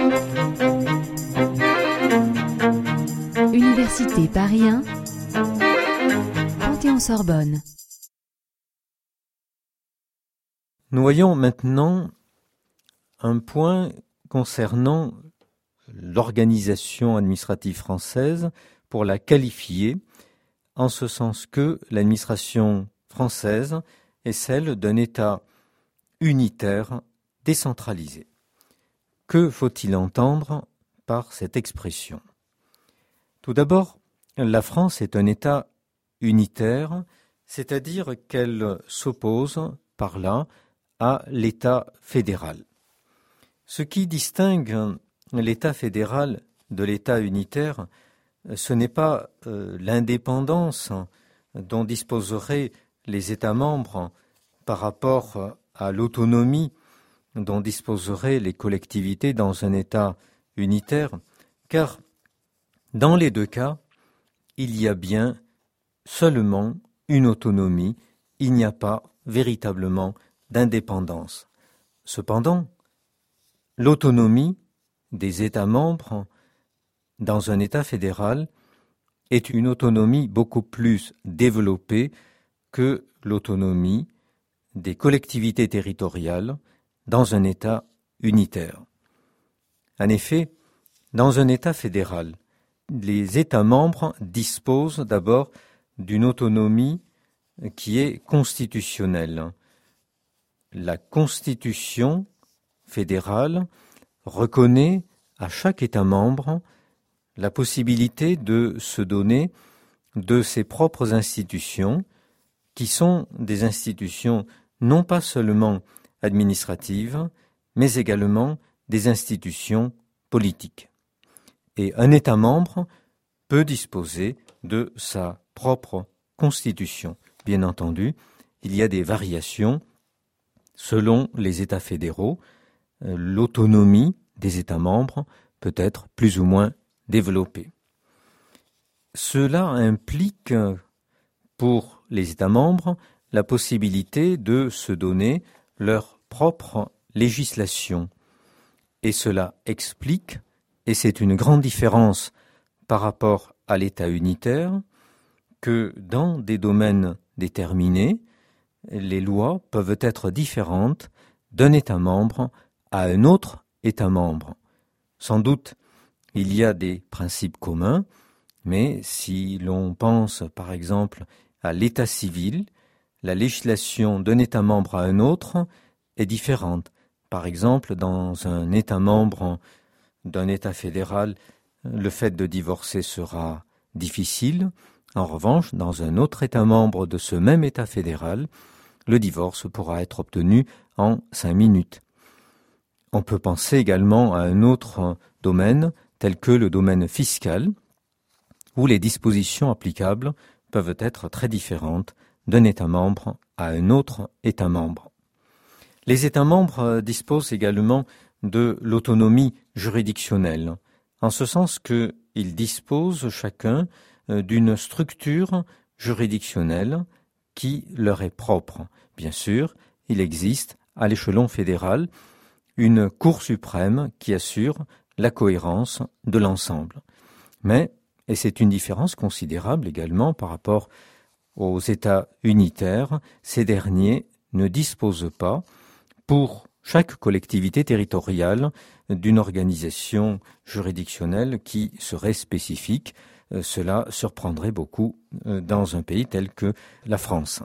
Université Paris 1, Panthéon-Sorbonne. Nous voyons maintenant un point concernant l'organisation administrative française pour la qualifier, en ce sens que l'administration française est celle d'un État unitaire décentralisé. Que faut-il entendre par cette expression ? Tout d'abord, la France est un État unitaire, c'est-à-dire qu'elle s'oppose par là à l'État fédéral. Ce qui distingue l'État fédéral de l'État unitaire, ce n'est pas l'indépendance dont disposeraient les États membres par rapport à l'autonomie dont disposeraient les collectivités dans un État unitaire, car dans les deux cas, il y a bien seulement une autonomie, il n'y a pas véritablement d'indépendance. Cependant, l'autonomie des États membres dans un État fédéral est une autonomie beaucoup plus développée que l'autonomie des collectivités territoriales dans un État unitaire. En effet, dans un État fédéral, les États membres disposent d'abord d'une autonomie qui est constitutionnelle. La Constitution fédérale reconnaît à chaque État membre la possibilité de se donner de ses propres institutions, qui sont des institutions non pas seulement administratives, mais également des institutions politiques. Et un État membre peut disposer de sa propre constitution. Bien entendu, il y a des variations selon les États fédéraux. L'autonomie des États membres peut être plus ou moins développée. Cela implique pour les États membres la possibilité de se donner leur propre législation. Et cela explique, et c'est une grande différence par rapport à l'État unitaire, que dans des domaines déterminés, les lois peuvent être différentes d'un État membre à un autre État membre. Sans doute, il y a des principes communs, mais si l'on pense par exemple à l'état civil, la législation d'un État membre à un autre est différente. Par exemple, dans un État membre d'un État fédéral, le fait de divorcer sera difficile. En revanche, dans un autre État membre de ce même État fédéral, le divorce pourra être obtenu en 5 minutes. On peut penser également à un autre domaine, tel que le domaine fiscal, où les dispositions applicables peuvent être très différentes d'un État membre à un autre État membre. Les États membres disposent également de l'autonomie juridictionnelle, en ce sens qu'ils disposent chacun d'une structure juridictionnelle qui leur est propre. Bien sûr, il existe à l'échelon fédéral une Cour suprême qui assure la cohérence de l'ensemble. Mais, et c'est une différence considérable également par rapport aux États unitaires, ces derniers ne disposent pas, pour chaque collectivité territoriale, d'une organisation juridictionnelle qui serait spécifique. Cela surprendrait beaucoup dans un pays tel que la France.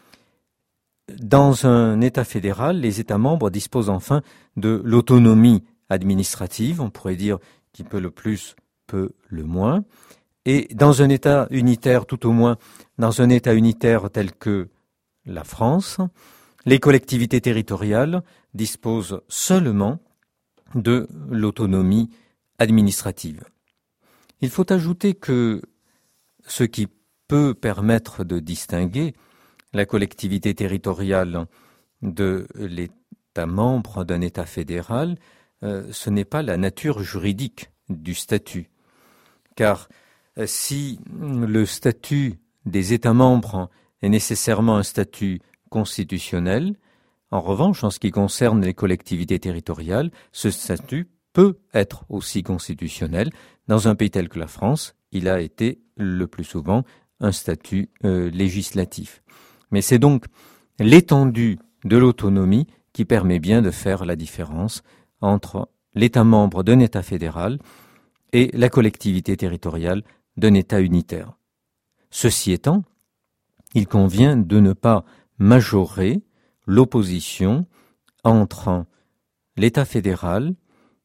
Dans un État fédéral, les États membres disposent enfin de l'autonomie administrative, on pourrait dire qui peut le plus, peut le moins. Et dans un État unitaire, tout au moins dans un État unitaire tel que la France, les collectivités territoriales disposent seulement de l'autonomie administrative. Il faut ajouter que ce qui peut permettre de distinguer la collectivité territoriale de l'État membre d'un État fédéral, ce n'est pas la nature juridique du statut. Car si le statut des États membres est nécessairement un statut constitutionnel, en revanche, en ce qui concerne les collectivités territoriales, ce statut peut être aussi constitutionnel. Dans un pays tel que la France, il a été le plus souvent un statut législatif. Mais c'est donc l'étendue de l'autonomie qui permet bien de faire la différence entre l'État membre d'un État fédéral et la collectivité territoriale d'un État unitaire. Ceci étant, il convient de ne pas majorer l'opposition entre l'État fédéral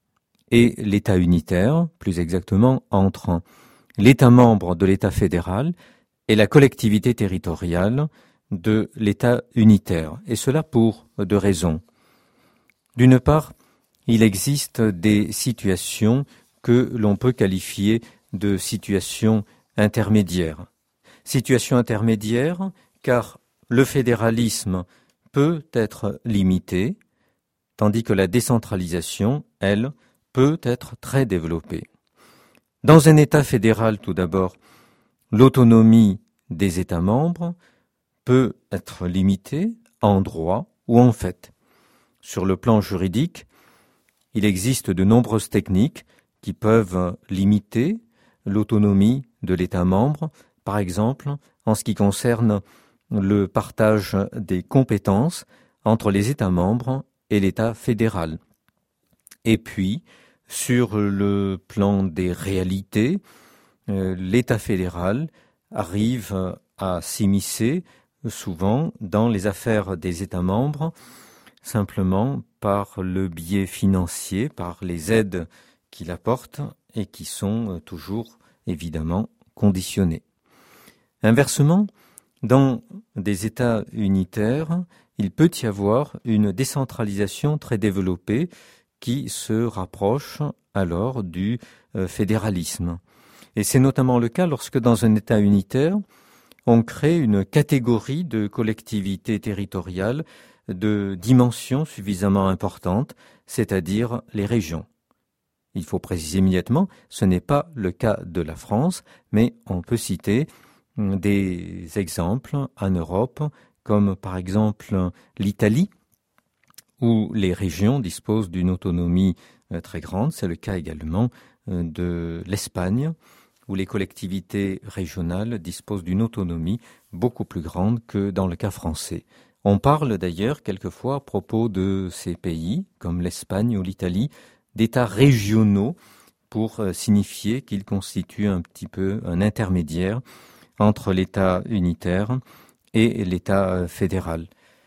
et l'État unitaire, plus exactement entre l'État membre de l'État fédéral et la collectivité territoriale de l'État unitaire, et cela pour deux raisons. D'une part, il existe des situations que l'on peut qualifier de situations intermédiaires. Situations intermédiaires car le fédéralisme peut être limité, tandis que la décentralisation, elle, peut être très développée. Dans un État fédéral, tout d'abord, l'autonomie des États membres peut être limitée en droit ou en fait. Sur le plan juridique, il existe de nombreuses techniques qui peuvent limiter l'autonomie de l'État membre, par exemple en ce qui concerne le partage des compétences entre les États membres et l'État fédéral. Et puis, sur le plan des réalités, l'État fédéral arrive à s'immiscer souvent dans les affaires des États membres, simplement par le biais financier, par les aides qu'il apporte et qui sont toujours évidemment conditionnées. Inversement, dans des États unitaires, il peut y avoir une décentralisation très développée qui se rapproche alors du fédéralisme. Et c'est notamment le cas lorsque dans un État unitaire, on crée une catégorie de collectivités territoriales de dimension suffisamment importante, c'est-à-dire les régions. Il faut préciser immédiatement, ce n'est pas le cas de la France, mais on peut citer des exemples en Europe, comme par exemple l'Italie, où les régions disposent d'une autonomie très grande. C'est le cas également de l'Espagne, où les collectivités régionales disposent d'une autonomie beaucoup plus grande que dans le cas français. On parle d'ailleurs quelquefois à propos de ces pays, comme l'Espagne ou l'Italie, d'États régionaux pour signifier qu'ils constituent un petit peu un intermédiaire entre l'État unitaire et l'État fédéral.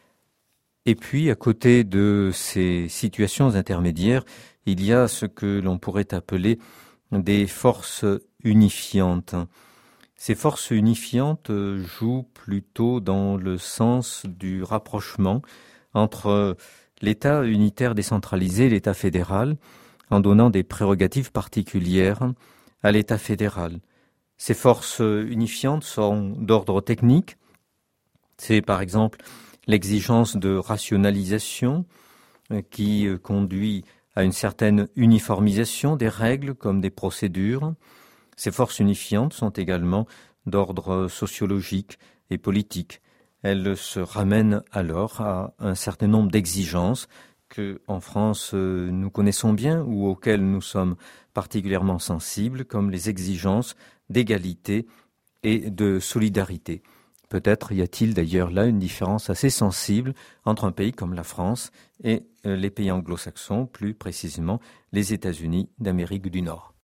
Et puis, à côté de ces situations intermédiaires, il y a ce que l'on pourrait appeler des forces unifiantes. Ces forces unifiantes jouent plutôt dans le sens du rapprochement entre l'État unitaire décentralisé et l'État fédéral, en donnant des prérogatives particulières à l'État fédéral. Ces forces unifiantes sont d'ordre technique. C'est par exemple l'exigence de rationalisation qui conduit à une certaine uniformisation des règles comme des procédures. Ces forces unifiantes sont également d'ordre sociologique et politique. Elles se ramènent alors à un certain nombre d'exigences que, en France, nous connaissons bien ou auxquelles nous sommes particulièrement sensibles, comme les exigences d'égalité et de solidarité. Peut-être y a-t-il d'ailleurs là une différence assez sensible entre un pays comme la France et les pays anglo-saxons, plus précisément les États-Unis d'Amérique du Nord.